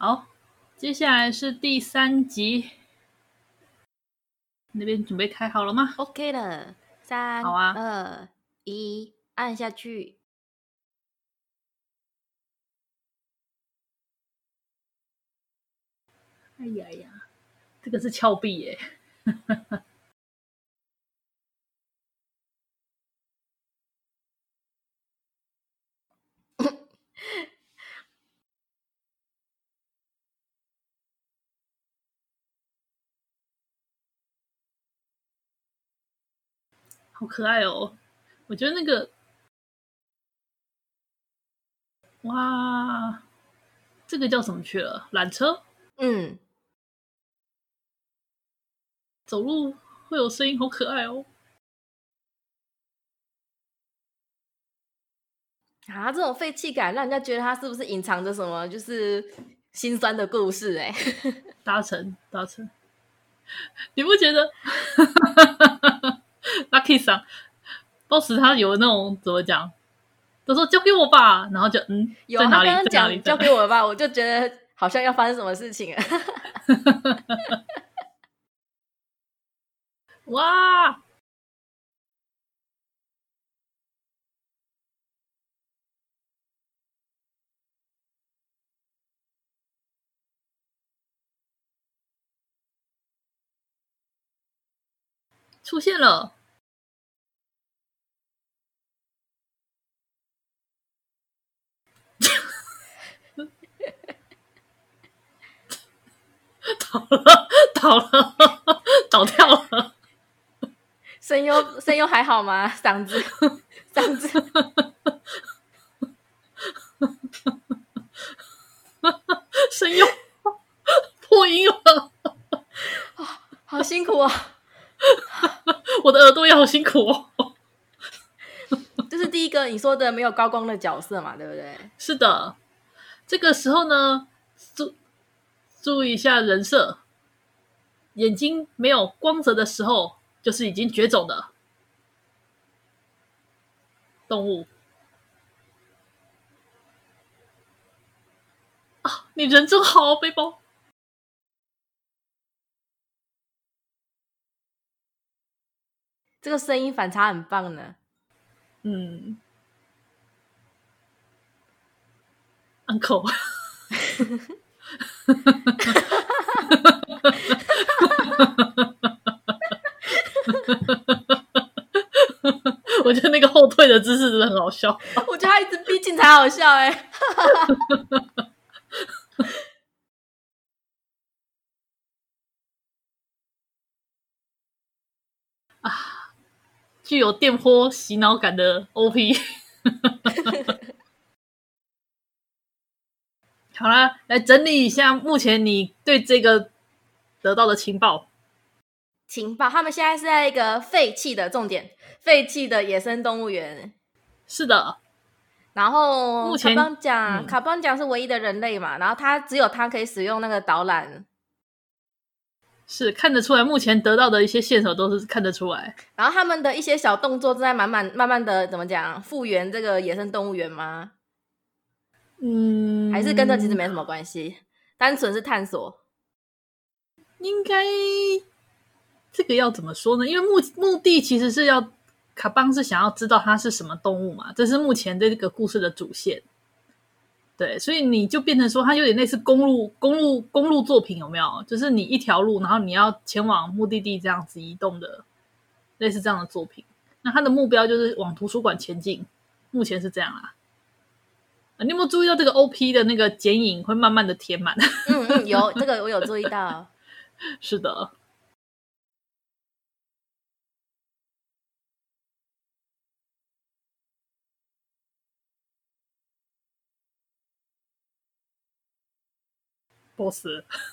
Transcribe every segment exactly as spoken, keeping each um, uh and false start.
好，接下来是第三集，那边准备开好了吗 ？OK 了，三、 好啊二、一，按下去。 哎呀呀，这个是峭壁耶。好可爱哦！我觉得那个，哇，这个叫什么去了？缆车？ 嗯， 走路会有声音，好可爱哦！ 啊，这种废弃感让人家觉得他是不是隐藏着什么，就是心酸的故事、欸？哎， 搭乘搭乘，你不觉得？Lucky 桑，boss 他有那种怎么讲？都说交给我吧，然后就嗯， 有在哪里？ 他刚刚在哪里？ 讲交给我吧，我就觉得好像要发生什么事情了。 哇！出现了，倒了，倒了，倒掉了。 声优声优还好吗？嗓子嗓子声优破音了， 好辛苦哦。 我的耳朵也好辛苦哦。 这是第一个你说的没有高光的角色嘛，对不对？ 是的，这个时候呢，注注意一下人设，眼睛没有光泽的时候，就是已经绝种的动物啊！你人真好，背包。 这个声音反差很棒呢。 嗯，uncle 我觉得那个后退的姿势真的很好笑。 我觉得他一直逼近才好笑哎、欸。 具有电波洗脑感的 O P 好啦，来整理一下目前你对这个得到的情报。 情报，他们现在是在一个废弃的重点，废弃的野生动物园。 是的， 然后卡目前邦奖， 嗯卡邦奖是唯一的人类嘛，然后他只有他可以使用那个导览， 是看得出来，目前得到的一些线索都是看得出来。 然后他们的一些小动作正在慢慢慢慢的怎么讲复原这个野生动物园吗？ 嗯， 还是跟这其实没什么关系，单纯是探索。 应该这个要怎么说呢？因为目目的其实是要卡邦是想要知道它是什么动物嘛，这是目前这个故事的主线。对，所以你就变成说，它有点类似公路公路公路作品，有没有？就是你一条路，然后你要前往目的地这样子移动的，类似这样的作品。那它的目标就是往图书馆前进，目前是这样啦。你有没有注意到这个 O P 的那个剪影会慢慢的填满？ 嗯嗯，有这个我有注意到。 是的，boss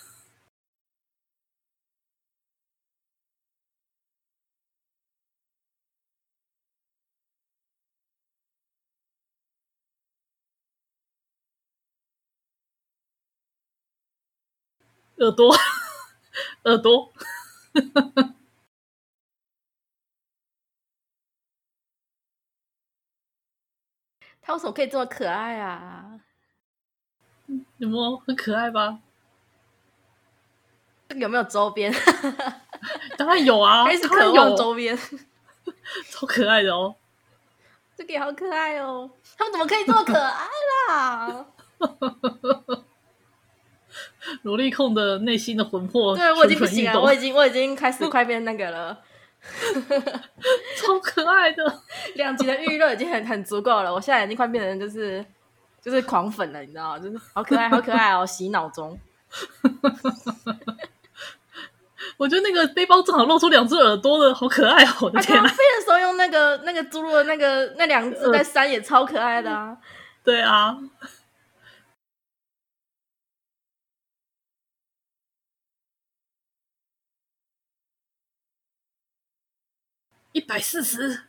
耳朵耳朵， 他为什么可以这么可爱啊？ 有没有很可爱吧？ 这个有没有周边？ 当然有啊， 开始渴望周边， 超可爱的哦。 这个也好可爱哦，他们怎么可以这么可爱啦？ 萝莉控的内心的魂魄， 对，我已经不蠢蠢欲行了， 动我已经我已经开始快变那个了。 超可爱的， 两集的预热已经很很足够了，我现在已经快变成就是就是狂粉了，你知道吗？就是好可爱，好可爱哦，洗脑中。 我觉得那个背包正好露出两只耳朵的，好可爱哦！我的天哪！ 他刚刚飞的时候用那个那个猪的那个那两只在扇也超可爱的啊。 对啊。一百四十，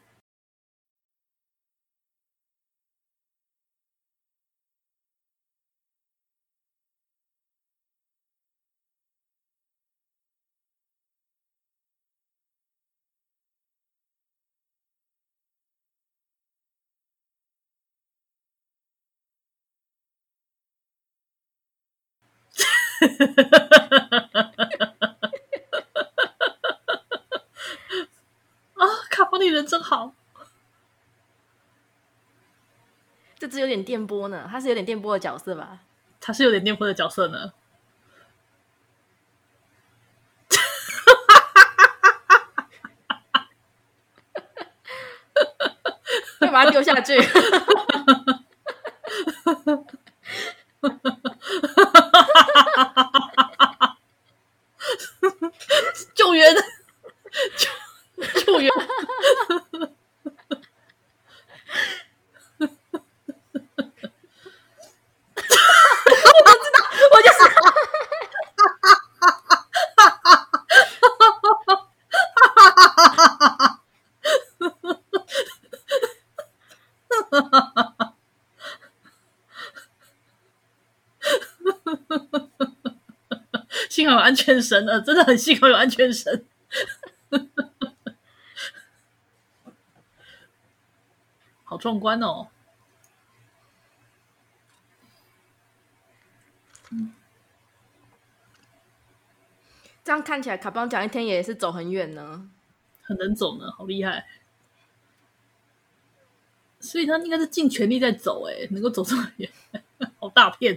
啊，卡邦利人真好。 这只有点电波呢，他是有点电波的角色吧？ 他是有点电波的角色呢。 会把它丢下去。 救援，救救援。 我就是幸好有安全绳了，真的很幸好有安全绳。好壮观哦！ 这样看起来，卡邦讲一天也是走很远呢， 很能走呢，好厉害！所以他应该是尽全力在走，哎，能够走这么远，好大片。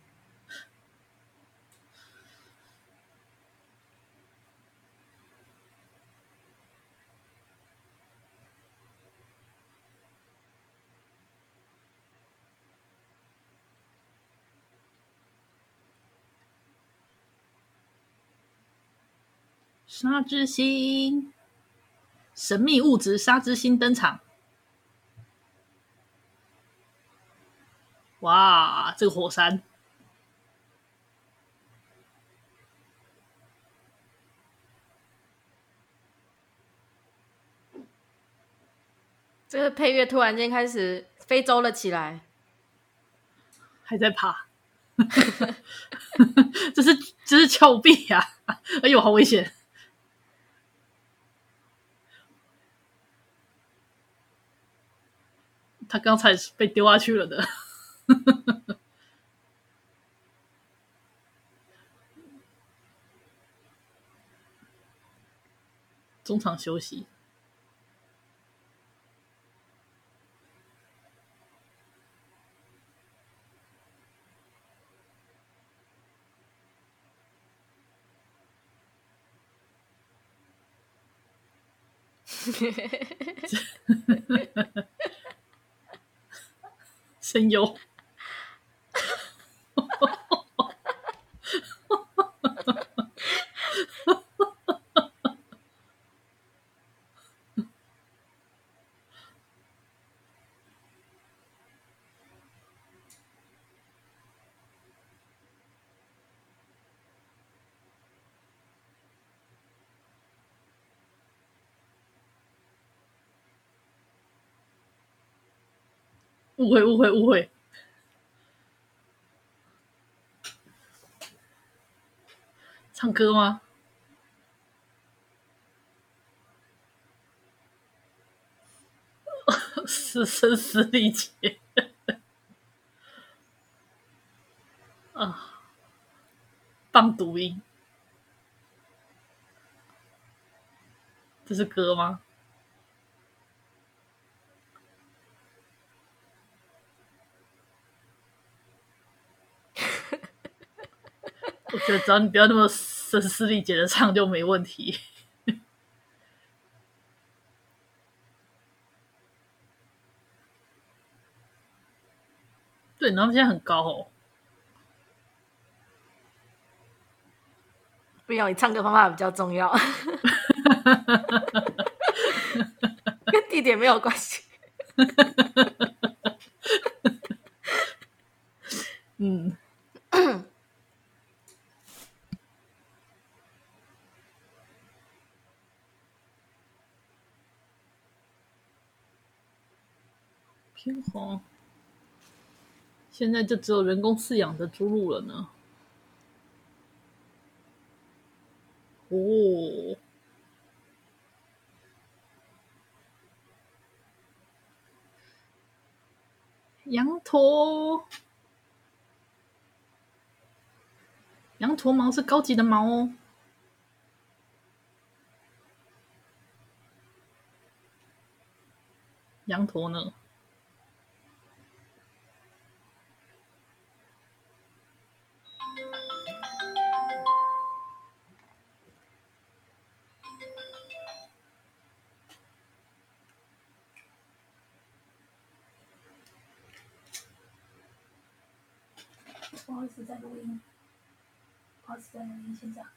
沙之星，神秘物质沙之星登场。哇，这个火山， 这个配乐突然间开始非洲了起来， 还在爬。这是这是峭壁啊！哎呦，好危险！他刚才被丢下去了的。中场休息。声优。误会，误会，误会！唱歌吗？是声嘶力竭。 啊，棒读音，这是歌吗？我觉得只要你不要那么声嘶力竭的唱就没问题。对，然后现在很高哦。 不用，你唱歌方法比较重要，跟地点没有关系。 嗯，偏黄，现在就只有人工饲养的猪鹿了呢。哦，羊驼，羊驼毛是高级的毛哦。羊驼呢？不好意思，在录音。不好意思，在录音，先这样。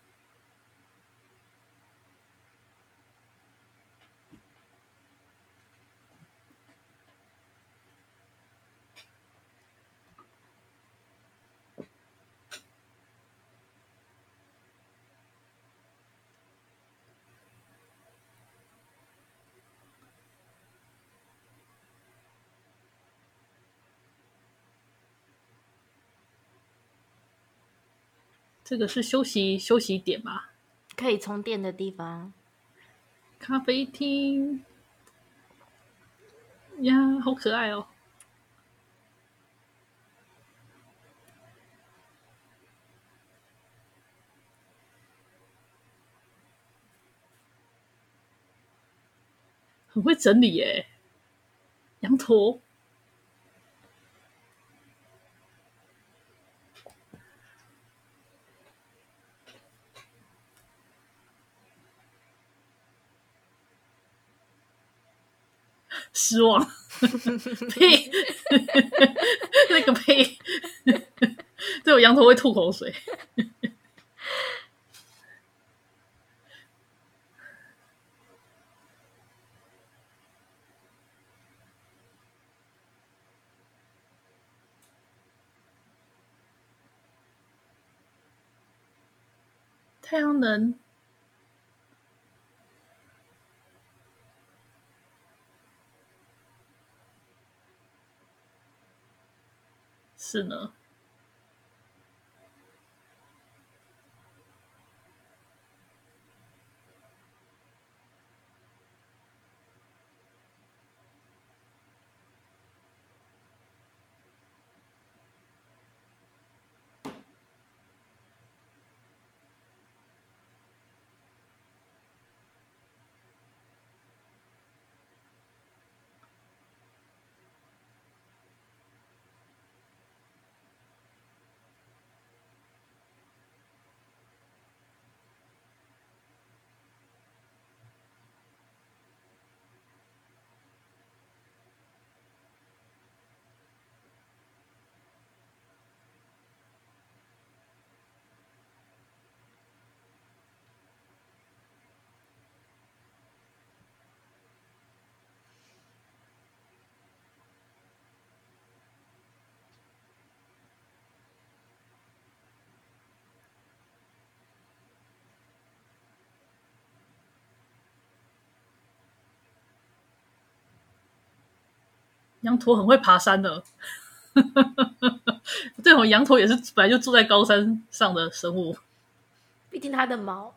这个是休息休息点吧？ 可以充电的地方。 咖啡厅呀，好可爱哦！很会整理耶，羊驼。失望，呸！那个呸！对我羊驼会吐口水。太阳能是呢。羊驼很会爬山的。这种羊驼也是本来就住在高山上的生物。 毕竟它的毛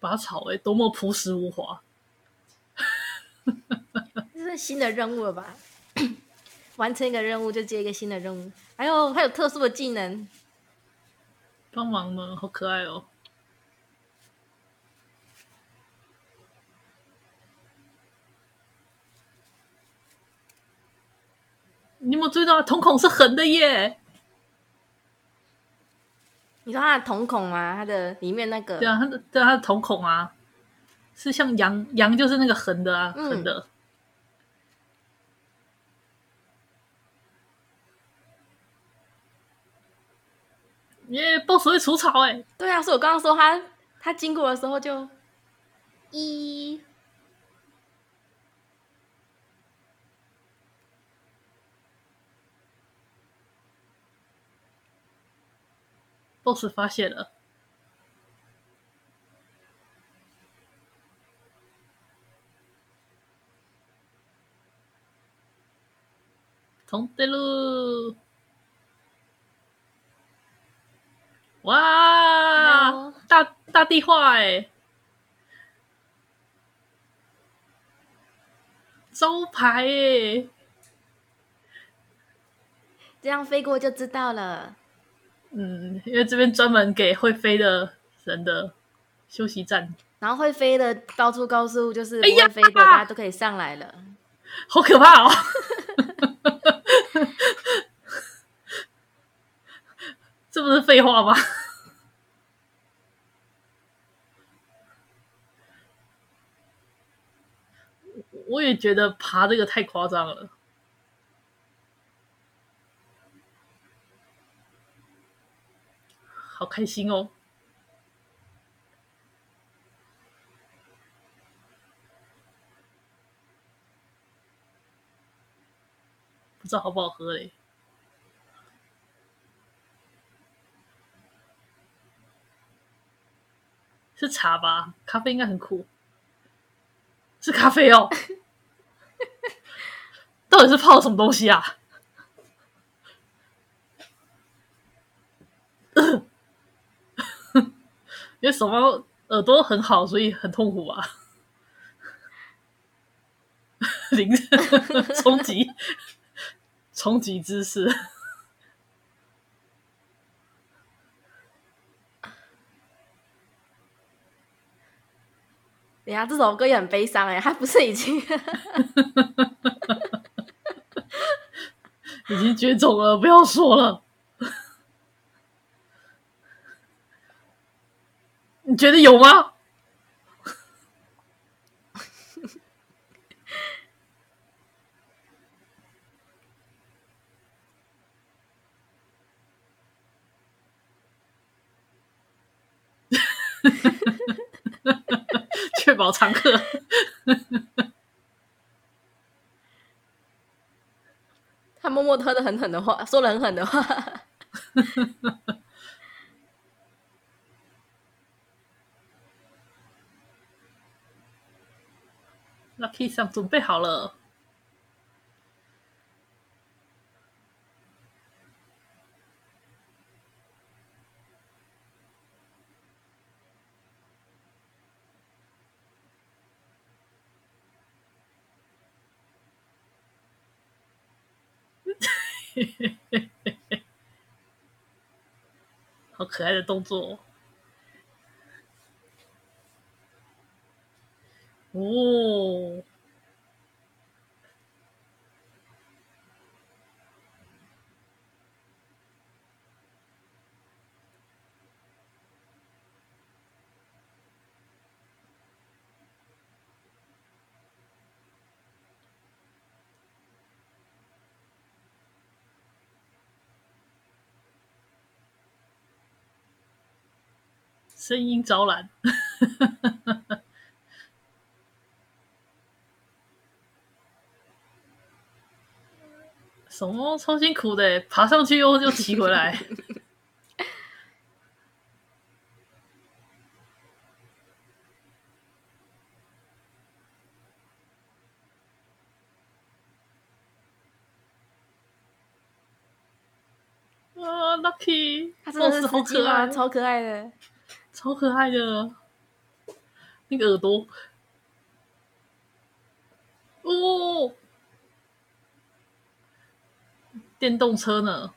拔草哎、欸，多么朴实无华。 这是新的任务了吧？完成一个任务就接一个新的任务，还有还有特殊的技能， 帮忙呢，好可爱哦。你有没有注意到瞳孔是横的耶？ 你说它的瞳孔吗？它的里面那个， 对啊，它的对啊，它的瞳孔啊，是像羊羊就是那个横的啊， 嗯、 横的。耶、yeah, ，boss 会除草哎、欸！ 对啊，所以我刚刚说他他经过的时候就一。 boss 发现了，从对路，哇，大大地画哎、欸，招牌哎、欸， 这样飞过就知道了。 嗯，因为这边专门给会飞的人的休息站。 然后会飞的高处高速就是不会飞的，哎、大家都可以上来了。 好可怕哦！这不是废话吗？我也觉得爬这个太夸张了，好开心哦！不知道好不好喝嘞？是茶吧？咖啡应该很苦，是咖啡哦。到底是泡什么东西啊？因为手猫耳朵很好，所以很痛苦吧？零冲击，冲击姿势。 等一下，这首歌也很悲伤哎，他不是已经已经绝种了，不要说了。你觉得有吗？确保常客。 他默默喝的很狠的话，说了很狠的话。 Lucky 上准备好了。好可爱的动作哦！声音招揽。什么超辛苦的，爬上去又又骑回来。啊 ，Lucky， 他真的是好司机吗？ 可爱， 超可爱的， 超可爱的。 那个耳朵，哦，电动车呢？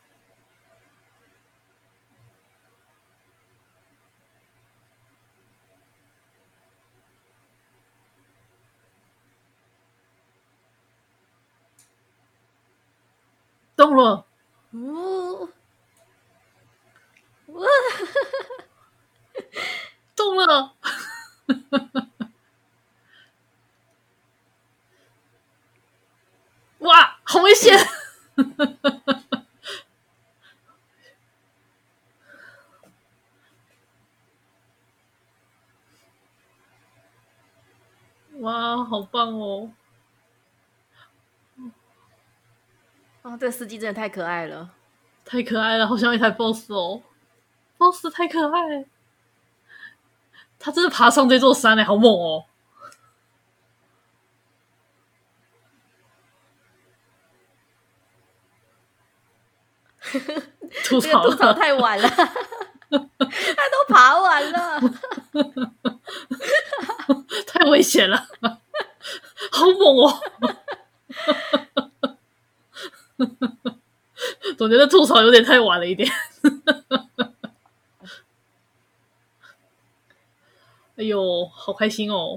动了， 呜呜， 动了，哇，好危险！哇，好棒哦！ 哦，这个司机真的太可爱了， 太可爱了，好像一台 boss 哦 boss 太可爱了，他真的爬上这座山嘞，好猛哦！吐槽了， 这个吐槽太晚了，他都爬完了， 太危险了，好猛哦！总觉得吐槽有点太晚了一点。哎呦，好开心哦！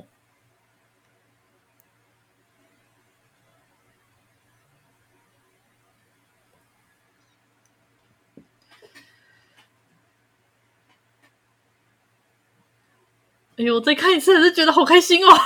哎呦，再看一次还是觉得好开心哦！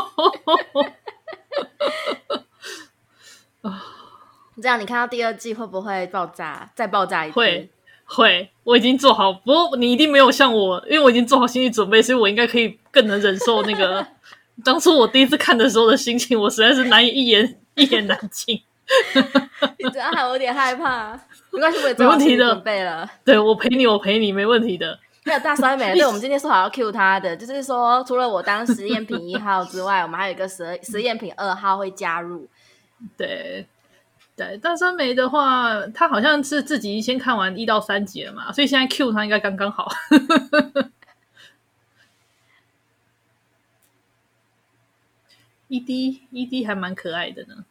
这样你看到第二季会不会爆炸？再爆炸一次？ 会会，我已经做好，不过你一定没有像我，因为我已经做好心理准备，所以我应该可以更能忍受那个当初我第一次看的时候的心情，我实在是难以一言一言难尽。 你这样还有点害怕，没关系，我也做好心理准备了。 对，我陪你，我陪你，没问题的。 还有大酸梅，对，我们今天说好要 cue 他的，就是说除了我当实验品一号之外，我们还有一个实实验品二号会加入。 对对，大酸梅的话，他好像是自己先看完一到三集了嘛，所以现在 cue 他应该刚刚好。E D E D 还蛮可爱的呢，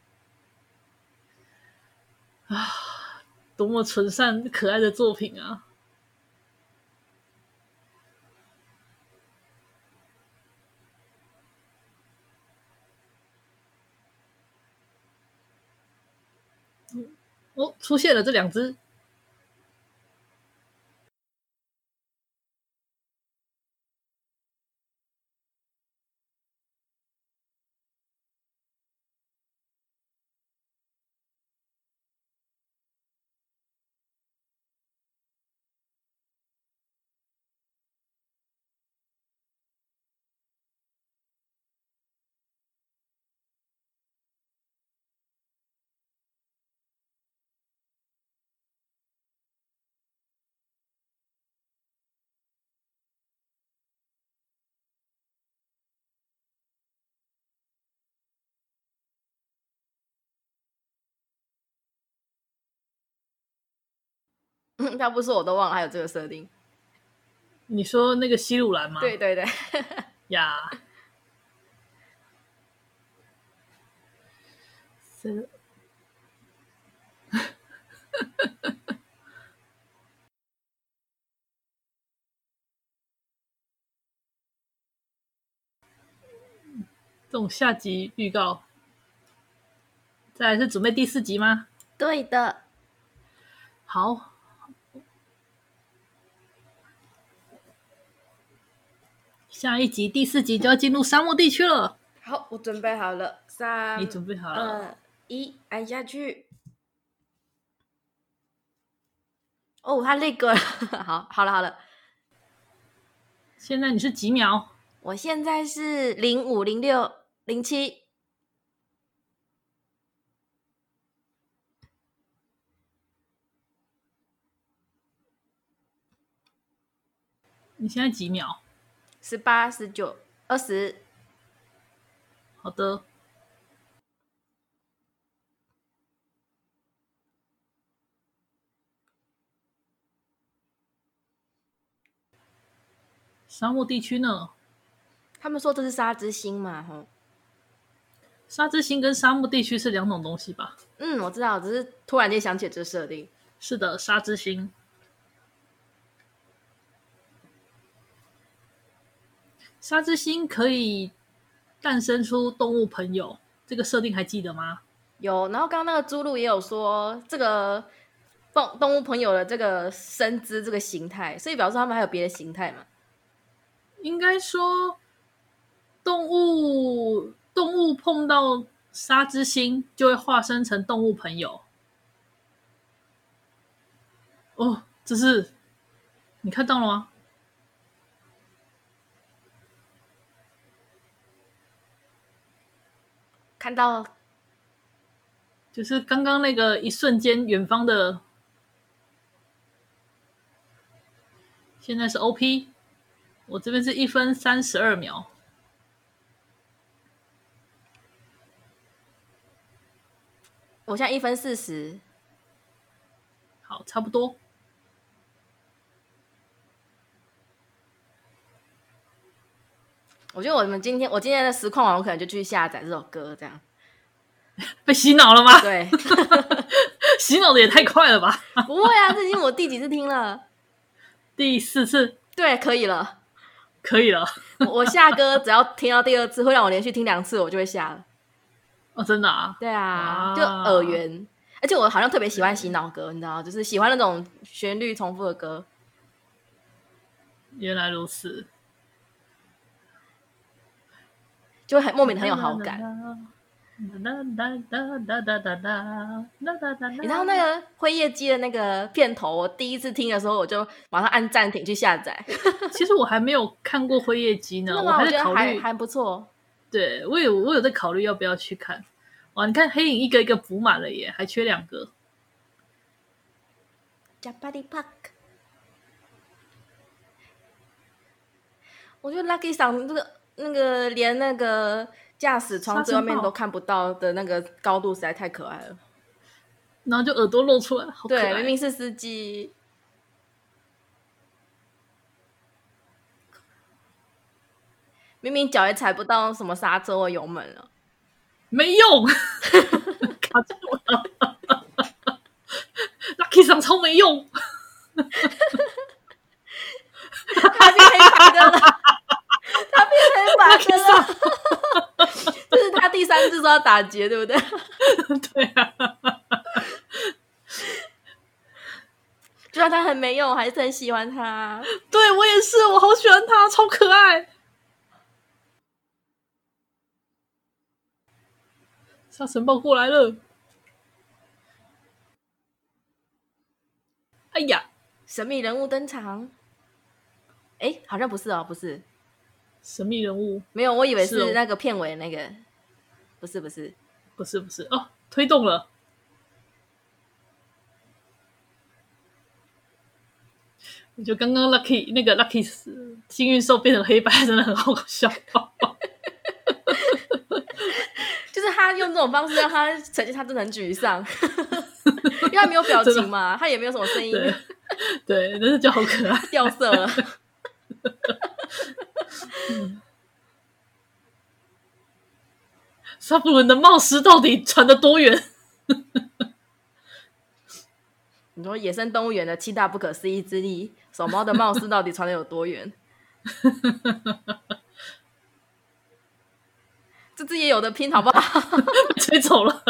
啊，多么纯善可爱的作品啊！哦，出现了这两只， 要不说我都忘了还有这个设定。 你说那个西鲁兰吗？ 对对对， 呀，是这种下集预告。再来是准备第四集吗？ 对的。 好，下一集第四集就要进入沙漠地区了。 好，我准备好了，三， 你准备好了？ 二一，按下去。哦，他那个，好，好了，好了。 现在你是几秒？ 我现在是零五、零六、零七。 你现在几秒？ 十八、十九、二十。 好的。沙漠地区呢？ 他们说这是沙之星嘛，吼。 沙之星跟沙漠地区是两种东西吧？ 嗯，我知道，只是突然间想起这设定。 是的，沙之星。沙之星可以诞生出动物朋友，这个设定还记得吗？ 有，然后刚刚那个朱露也有说，这个动动物朋友的这个身姿这个形态，所以表示他们还有别的形态嘛？ 应该说，动物动物碰到沙之星就会化身成动物朋友。哦，这是你看到了吗？ 看到， 就是刚刚那个一瞬间，远方的，现在是 O P， 我这边是一分三十二秒。 我现在一分四十。 好，差不多。 我觉得我们今天我今天的实况网，我可能就去下载这首歌，这样被洗脑了吗？ 对， 洗脑的也太快了吧！ 不会啊，这已经我第几次听了？ 第四次， 对，可以了， 可以了。 我我下歌只要听到第二次，会让我连续听两次，我就会下了。 哦，真的啊？ 对啊， 哇就耳缘。而且我好像特别喜欢洗脑歌，你知道，就是喜欢那种旋律重复的歌。 原来如此， 就会很莫名的很有好感。 你你知道那个辉夜姬的那个片头，我第一次听的时候，我就马上按暂停去下载。 其实我还没有看过辉夜姬呢， 我还在考虑， 还还不错。 对，我有我有在考虑要不要去看。哇，你看黑影一个一个补满了耶，还缺两个。 Japadi Park， 我觉得 Lucky 桑这个那个连那个驾驶窗最外面都看不到的那个高度实在太可爱了。 然后就耳朵露出来，好可爱。 对，明明是司机，明明脚也踩不到什么刹车或油门了， 没用，卡住了。Lucky 桑超没用。 他变黑白的了，他变黑白的了。这是他第三次说要打劫，对不对？ 对啊。 就算他很没用，我还是很喜欢他。 对，我也是，我好喜欢他，超可爱。沙尘暴过来了！哎呀， 神秘人物登场。哎，好像不是哦，不是神秘人物， 没有，我以为是、哦、 是那个片尾那个，不是不是不是不是哦，推动了。我觉得刚刚 Lucky 那个 Lucky 幸运兽变成黑白真的很好笑。 就是他用这种方式让他呈现他真的很沮丧，因为他没有表情嘛，他也没有什么声音， 对，对，但是就好可爱， 掉色了。 嗯、沙布伦的冒失到底传得多远？ 你说野生动物园的七大不可思议之力，手猫的冒失到底传得有多远？这只也有的拼好不好？ 吹走了。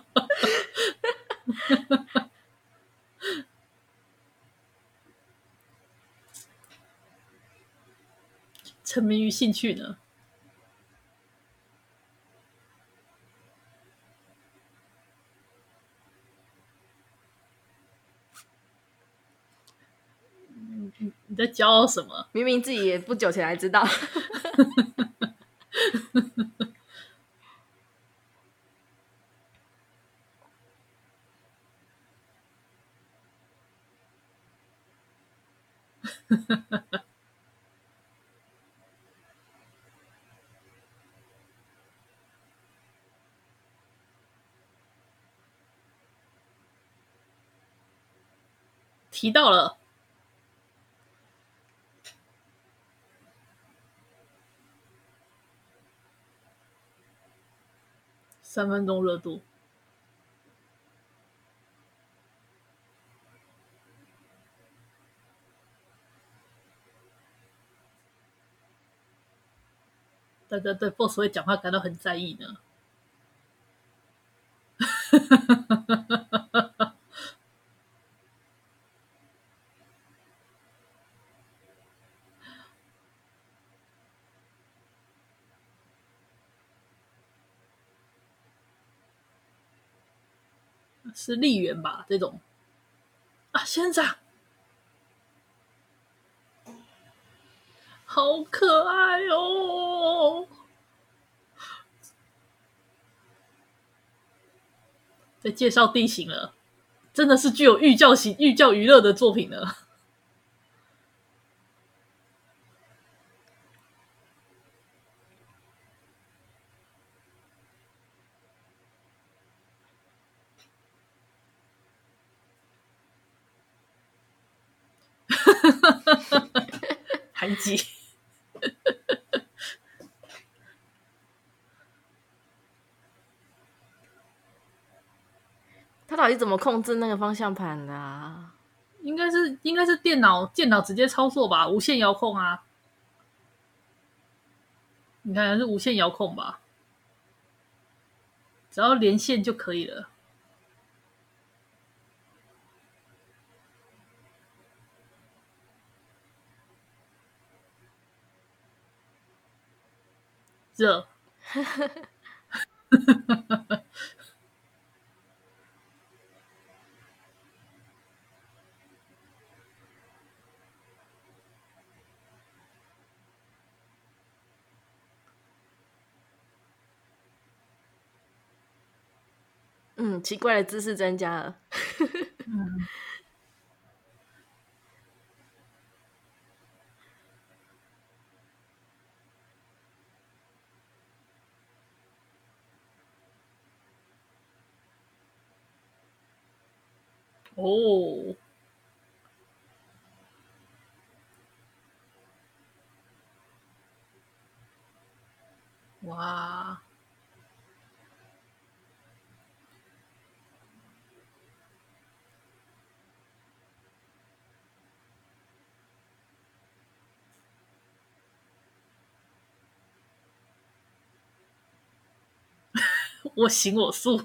沉迷于兴趣呢？你在骄傲什么？ 明明自己也不久前才知道。 提到了。 三分钟热度。大家对 boss 会讲话感到很在意呢。是丽媛吧？这种啊，先生，好可爱哦！在介绍地形了，真的是具有寓教型、寓教于乐的作品了。韩籍。 他到底怎么控制那个方向盘的啊？ 应该是应该是电脑电脑直接操作吧，无线遥控啊。你看是无线遥控吧，只要连线就可以了。热。 嗯，奇怪的知识增加了。 嗯，哦，哇！我行我素。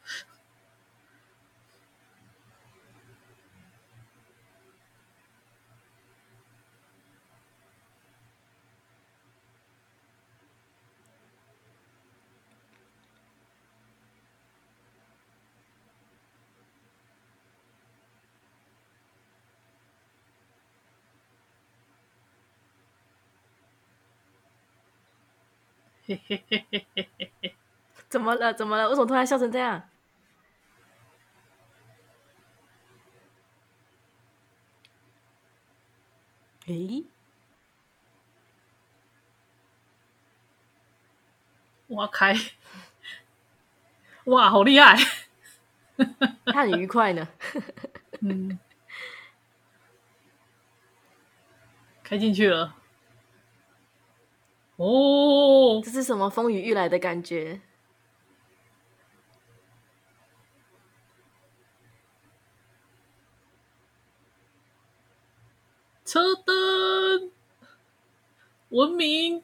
嘿嘿嘿嘿嘿嘿嘿。 怎么了？怎么了？为什么突然笑成这样？诶， 哇开！哇，好厉害！ 他很愉快呢。 嗯，开进去了。哦， 这是什么风雨欲来的感觉？ 车灯，文明。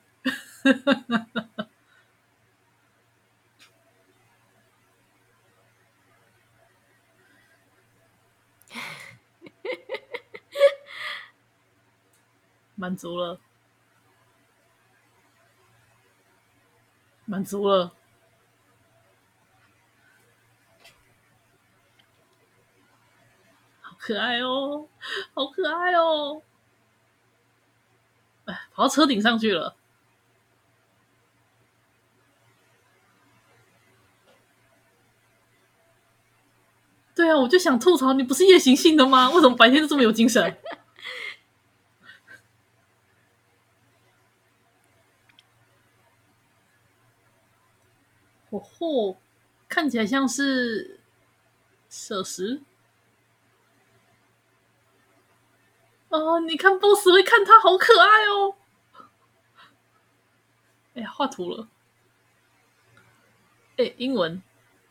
满足了，满足了，好可爱哦，好可爱哦！哎，跑到车顶上去了。对啊，我就想吐槽，你不是夜行性的吗？为什么白天就这么有精神？哦吼，看起来像是设施。哦，你看 boss 会看他，好可爱哦！哎呀，画图了。 哎，英文，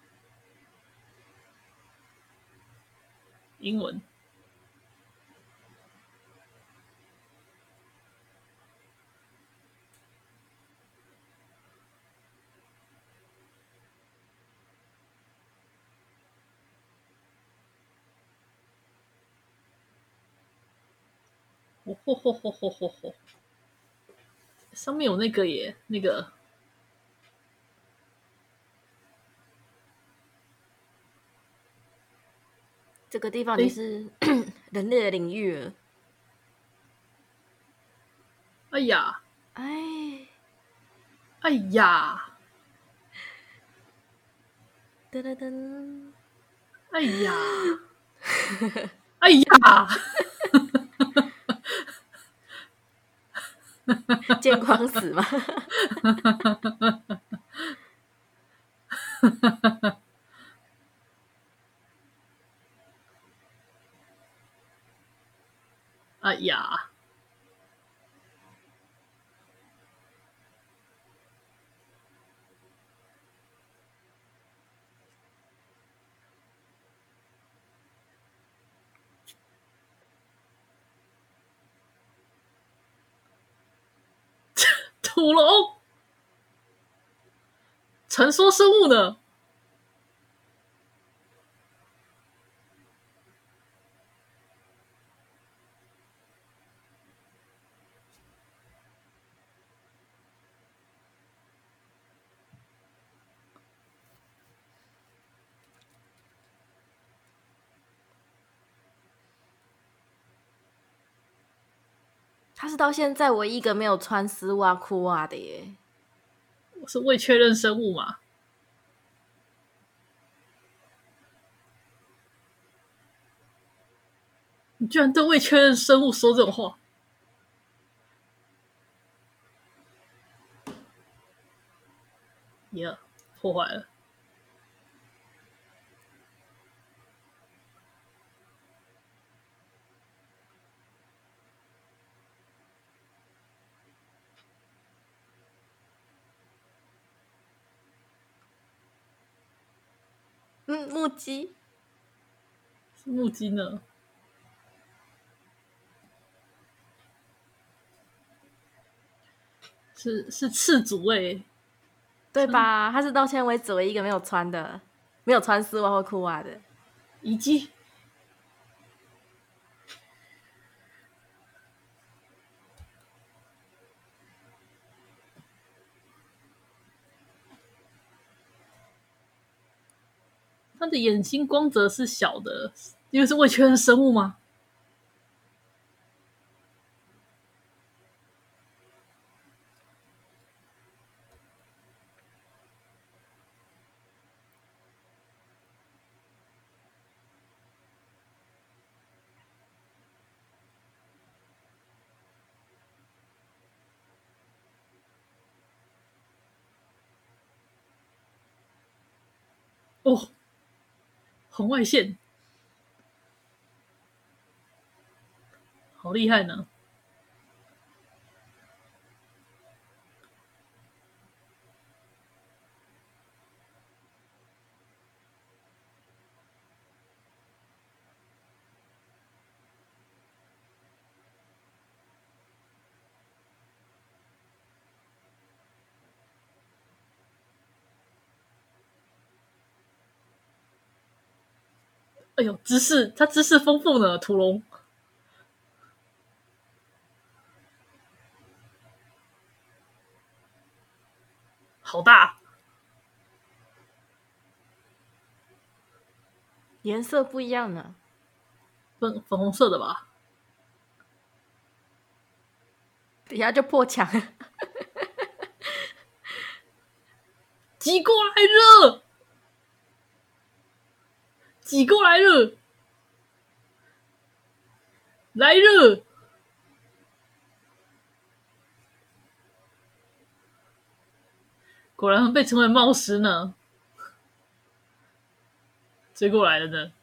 英文，嚯嚯嚯嚯嚯嚯嚯！上面有那个耶，那个这个地方你是人类的领域了。 哎呀， 哎， 哎呀， 噔噔噔， 哎呀，哎呀， 见光死吗？ 哎呀，土龙，传说生物呢？ 他是到现在唯一一个没有穿丝袜裤袜的耶。 我是未确认生物嘛？你居然对未确认生物说这种话？耶、yeah, 破坏了。 嗯，木屐是木屐呢？是是赤足诶， 对吧？他是到现在为止唯一一个没有穿的，没有穿丝袜或裤袜的遗迹。它的眼睛光泽是小的，因为是未确认生物吗？哦，红外线，好厉害呢！哎呦，知识，他知识丰富呢，土龙，好大， 颜色不一样呢。 粉粉红色的吧？ 等一下就破墙了。 挤过来热，挤过来热，来热！果然被称为冒失呢，追过来了呢。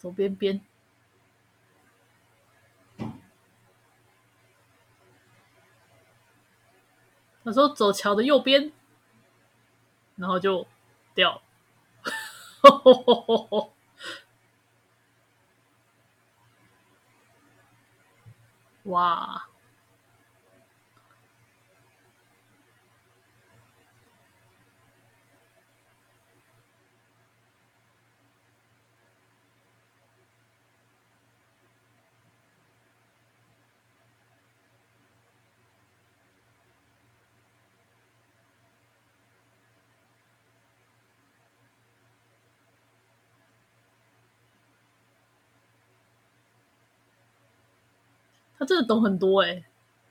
走边边。他说走桥的右边，然后就掉。哇！他真的懂很多哎、欸。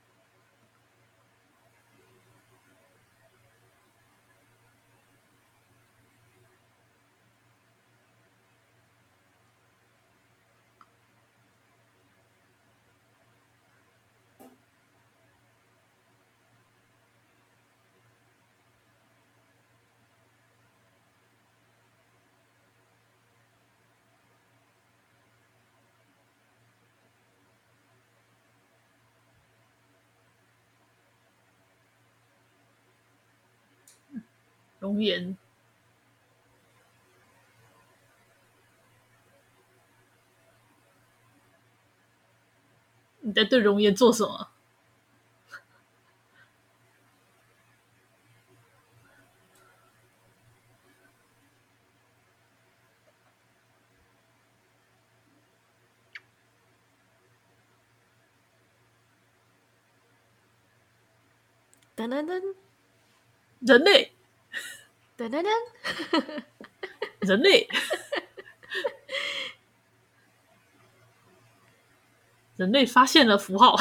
容颜，你在对容颜做什么？ 噔噔噔， 人类， 噔噔噔， 人类，人类发现了符号。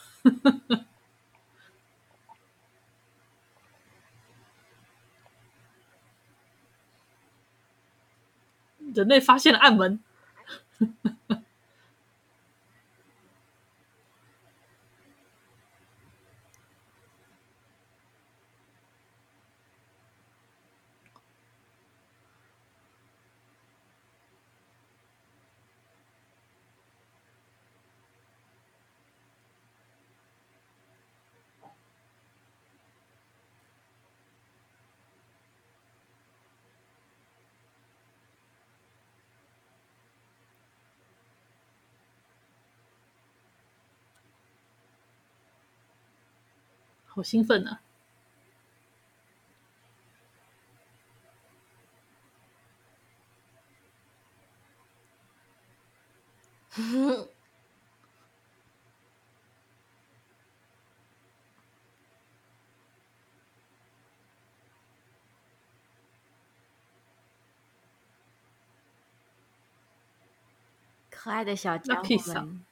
人类发现了暗门。好兴奋啊！ 可爱的小家伙 Lucky 们。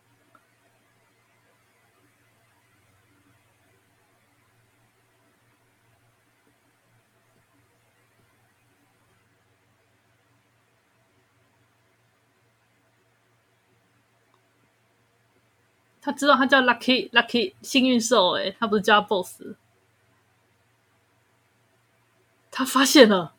他知道他叫 Lucky Lucky 幸运兽哎、欸，他不是叫他 Boss。他发现了。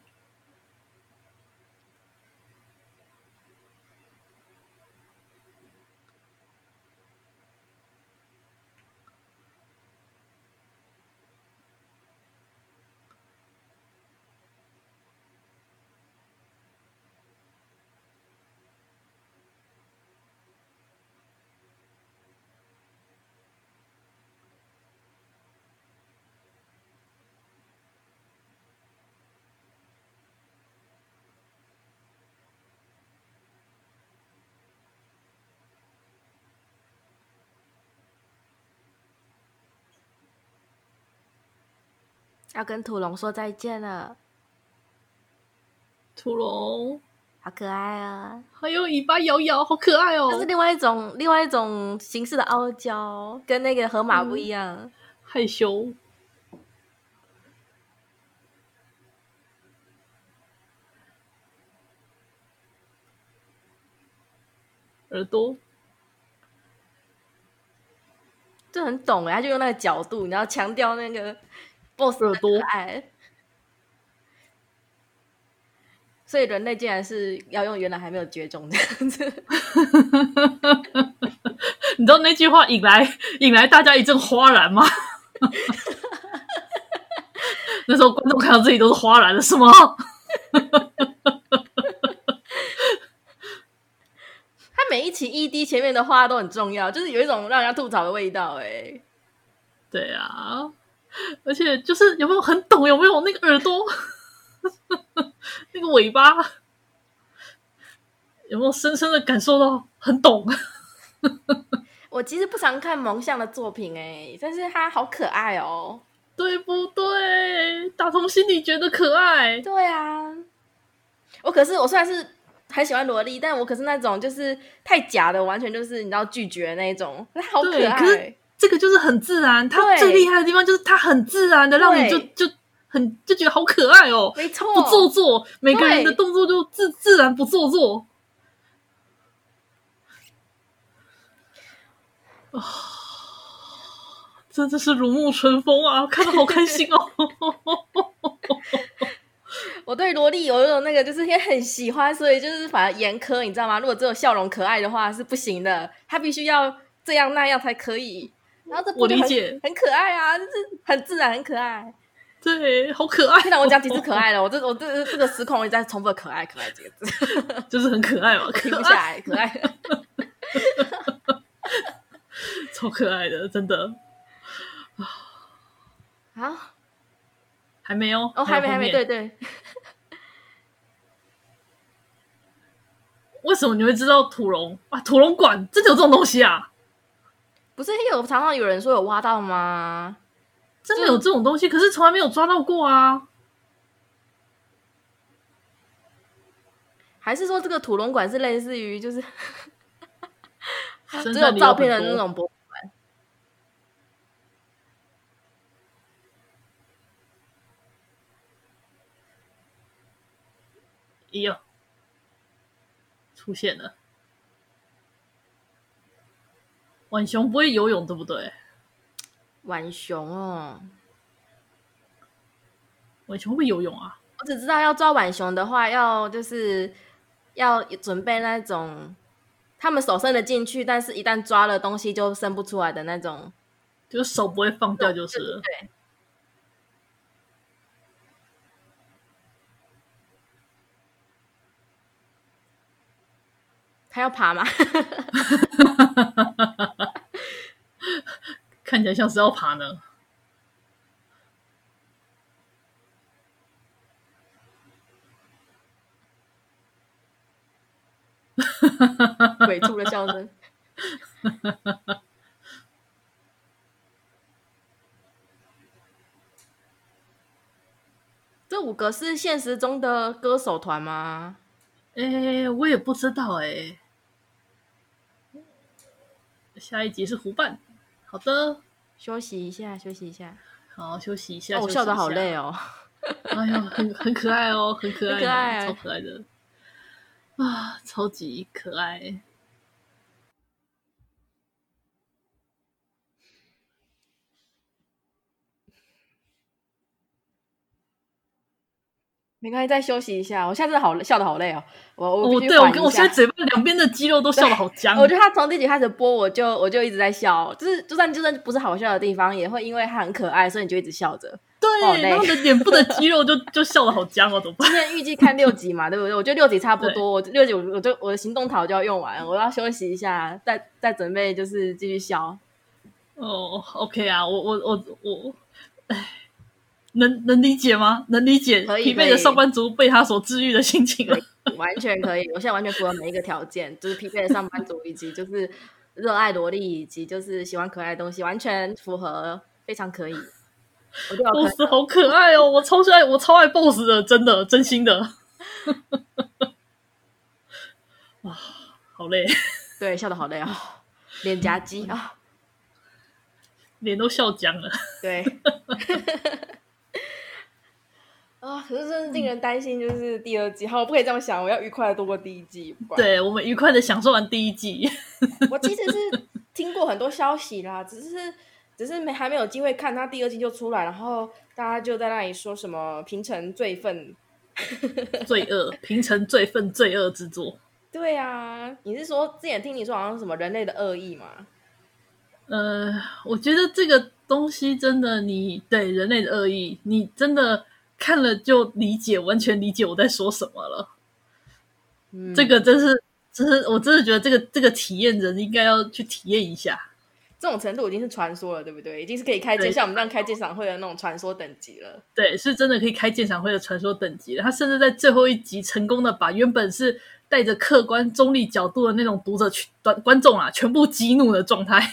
要跟土龙说再见了。 土龙好可爱啊！ 还有尾巴摇摇，好可爱哦！ 这是另外一种另外一种形式的傲娇，跟那个河马不一样。 嗯、害羞。耳朵， 这很懂哎，他就用那个角度，你要强调那个 boss 的可爱。 所以人类竟然是要用原来还没有绝种这样子。 你知道那句话引来引来大家一阵哗然吗？那时候观众看到自己都是哗然的，是吗？ 他每一期 E D 前面的话都很重要，就是有一种让人家吐槽的味道。哎、欸， 对啊，而且就是有没有很懂，有没有那个耳朵，那个尾巴，有没有深深的感受到很懂？ 我其实不常看萌象的作品哎、欸，但是他好可爱哦， 对不对？打从心里觉得可爱。 对啊，我可是我虽然是很喜欢萝莉，但我可是那种就是太假的，完全就是你知道拒绝那一种，他好可爱。 可是这个就是很自然，他最厉害的地方就是他很自然的让你就就很就觉得好可爱哦， 没错， 不做作，每个人的动作就自自然不做作。啊，真的是如沐春风啊，看得好开心哦。 我对萝莉有一种那个就是也很喜欢，所以就是反而严苛，你知道吗？如果只有笑容可爱的话是不行的，他必须要这样那样才可以。然后这我理解， 很可爱啊，就是很自然，很可爱。 对，好可爱。 天哪，我讲几次可爱了？我这我这这个时空一直在重复可爱可爱这个字， 就是很可爱嘛， 我停不下来，可爱， 超可爱的，真的。 好， 还没哦， 哦，还没，还没，对对。 为什么你会知道土龙啊？土龙馆真的有这种东西啊？ 不是有常常有人说有挖到吗？ 真的有这种东西，可是从来没有抓到过啊。 还是说这个土龙馆是类似于就是只有照片的那种博物馆？ 哎呦，出现了！浣熊不会游泳，对不对？ 浣熊哦， 浣熊会游泳啊？ 我只知道要抓浣熊的话，要就是要准备那种他们手伸得进去，但是一旦抓了东西就伸不出来的那种， 就是手不会放掉就是了。 对。他要爬吗？ 看起来像是要爬呢。 鬼畜的笑声。这五个是现实中的歌手团吗？ 诶，我也不知道诶。下一集是湖畔。好的， 休息一下，休息一下。 好，休息一下。 哦，我笑得好累哦。 哎呀，很很可爱哦，很可爱， 很可爱， 超可爱的啊，超级可爱。 没关系，再休息一下。我现在真的好笑得好累哦，我我必须哦，对，我我现在嘴巴两边的肌肉都笑得好僵。 我觉得他从第几开始播，我就我就一直在笑，就是就算就算不是好笑的地方，也会因为他很可爱，所以你就一直笑着。 对，然后你的脸部的肌肉就就笑得好僵哦，怎么办？ 今天预计看六集嘛，对不对？我觉得六集差不多，我六集我我就我的行动桃就要用完，我要休息一下，再再准备就是继续笑。 哦 ，OK 啊，我我我我，哎。能能理解吗？能理解疲惫的上班族被他所治愈的心情了， 完全可以。我现在完全符合每一个条件，就是疲惫的上班族，以及就是热爱萝莉，以及就是喜欢可爱的东西，完全符合，非常可以。我觉得 boss 好可爱哦，我超爱，我超爱 boss 的，真的，真心的。啊，好累， 对，笑得好累啊、哦，脸颊肌啊， 脸都笑僵了。 对。啊，可是真是令人担心，就是第二季。好，我不可以这样想，我要愉快的度过第一季。 对，我们愉快的享受完第一季。 我其实是听过很多消息啦，只是只是没还没有机会看，他第二季就出来，然后大家就在那里说什么平成最愤， 罪恶，平成罪愤罪恶之作。 对啊，你是说之前听你说好像什么人类的恶意吗？ 呃，我觉得这个东西真的你，你对人类的恶意，你真的看了就理解，完全理解我在说什么了。嗯，这个真是，真是，我真的觉得这个这个体验人应该要去体验一下。 这种程度已经是传说了，对不对？已经是可以开鉴，像我们这样开鉴赏会的那种传说等级了。 对，是真的可以开鉴赏会的传说等级了。他甚至在最后一集成功的把原本是带着客观中立角度的那种读者观众啊，全部激怒的状态。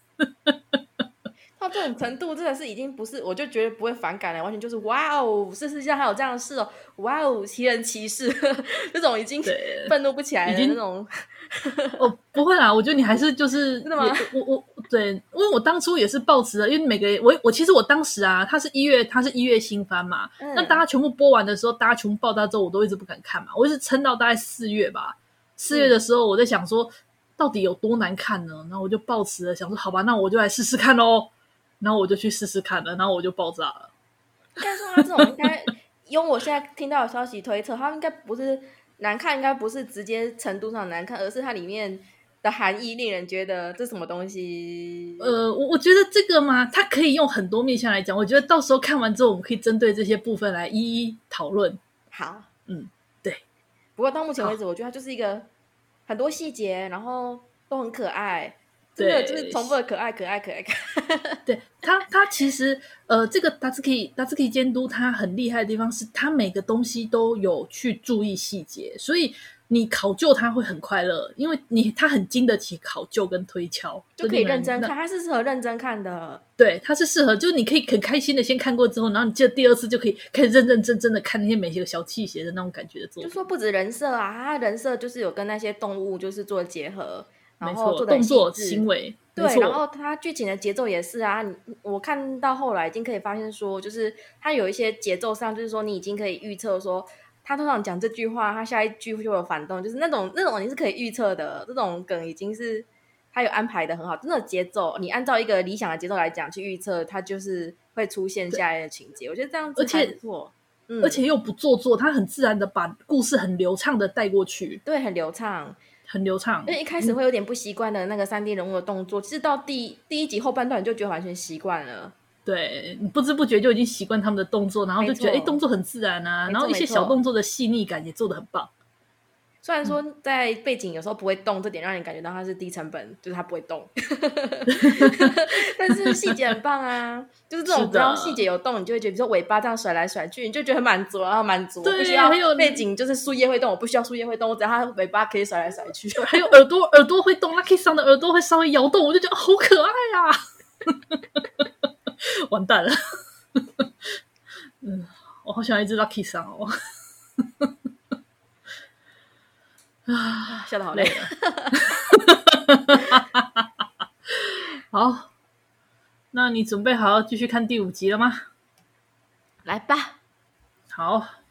到这种程度真的是已经不是，我就觉得不会反感了，完全就是哇哦，这世界上还有这样的事哦，哇哦，奇人奇事，这种已经愤怒不起来的那种。 哦，不会啦，我觉得你还是就是真的吗？ 我我对，因为我当初也是抱持了，因为每个我我其实我当时啊，他是一月他是一月新番嘛，嗯、那大家全部播完的时候，大家全部爆炸之后，我都一直不敢看嘛，我一直撑到大概四月吧，四月的时候我在想说，到底有多难看呢？然后我就抱持了想说，好吧，那我就来试试看咯。然后我就去试试看了，然后我就爆炸了。 应该说他这种应该用我现在听到的消息推测，他应该不是难看，应该不是直接程度上难看，而是它里面的含义令人觉得这是什么东西。 呃，我我觉得这个嘛，它可以用很多面向来讲。我觉得到时候看完之后，我们可以针对这些部分来一一讨论。 好， 嗯，对。 不过到目前为止，我觉得它就是一个很多细节，然后都很可爱。真的就是重复的可爱可爱可爱可爱。 对他，他其实呃，这个达兹可以达兹可以监督他很厉害的地方是，他每个东西都有去注意细节，所以你考究他会很快乐，因为你他很经得起考究跟推敲， 就可以认真看，他是适合认真看的。 对，他是适合，就是你可以很开心的先看过之后，然后你记得第二次就可以开始认认真真的看那些每一个小细节的那种感觉的作品。 就说不止人设啊，他人设就是有跟那些动物就是做结合。然后做动作行为， 对，然后它剧情的节奏也是啊。我看到后来已经可以发现说，就是它有一些节奏上，就是说你已经可以预测说，他通常讲这句话，他下一句就有反动，就是那种那种你是可以预测的，这种梗已经是他有安排的很好。真的节奏，你按照一个理想的节奏来讲去预测，它就是会出现下来的情节。我觉得这样子还不错， 嗯，而且又不做作，他很自然的把故事很流畅的带过去， 对，很流畅。 很流畅， 因为一开始会有点不习惯的那个三 D 人物的动作，嗯、其实到第第一集后半段你就觉得完全习惯了。 对，你不知不觉就已经习惯他们的动作，然后就觉得哎，动作很自然啊，然后一些小动作的细腻感也做得很棒。 虽然说在背景有时候不会动，这点让你感觉到它是低成本，就是它不会动，但是细节很棒啊！就是这种只要细节有动，你就会觉得，比如说尾巴这样甩来甩去，你就觉得很满足，然后满足。 对， 不需要背景就是树叶会动，我不需要树叶会动，我只要它尾巴可以甩来甩去。 还有耳朵，耳朵会动 ，Lucky 桑的耳朵会稍微摇动，我就觉得好可爱啊！完蛋了，嗯，我好喜欢一只 Lucky 桑哦。 啊，笑得好累了。 好，那你准备好继续看第五集了吗？ 来吧。 好。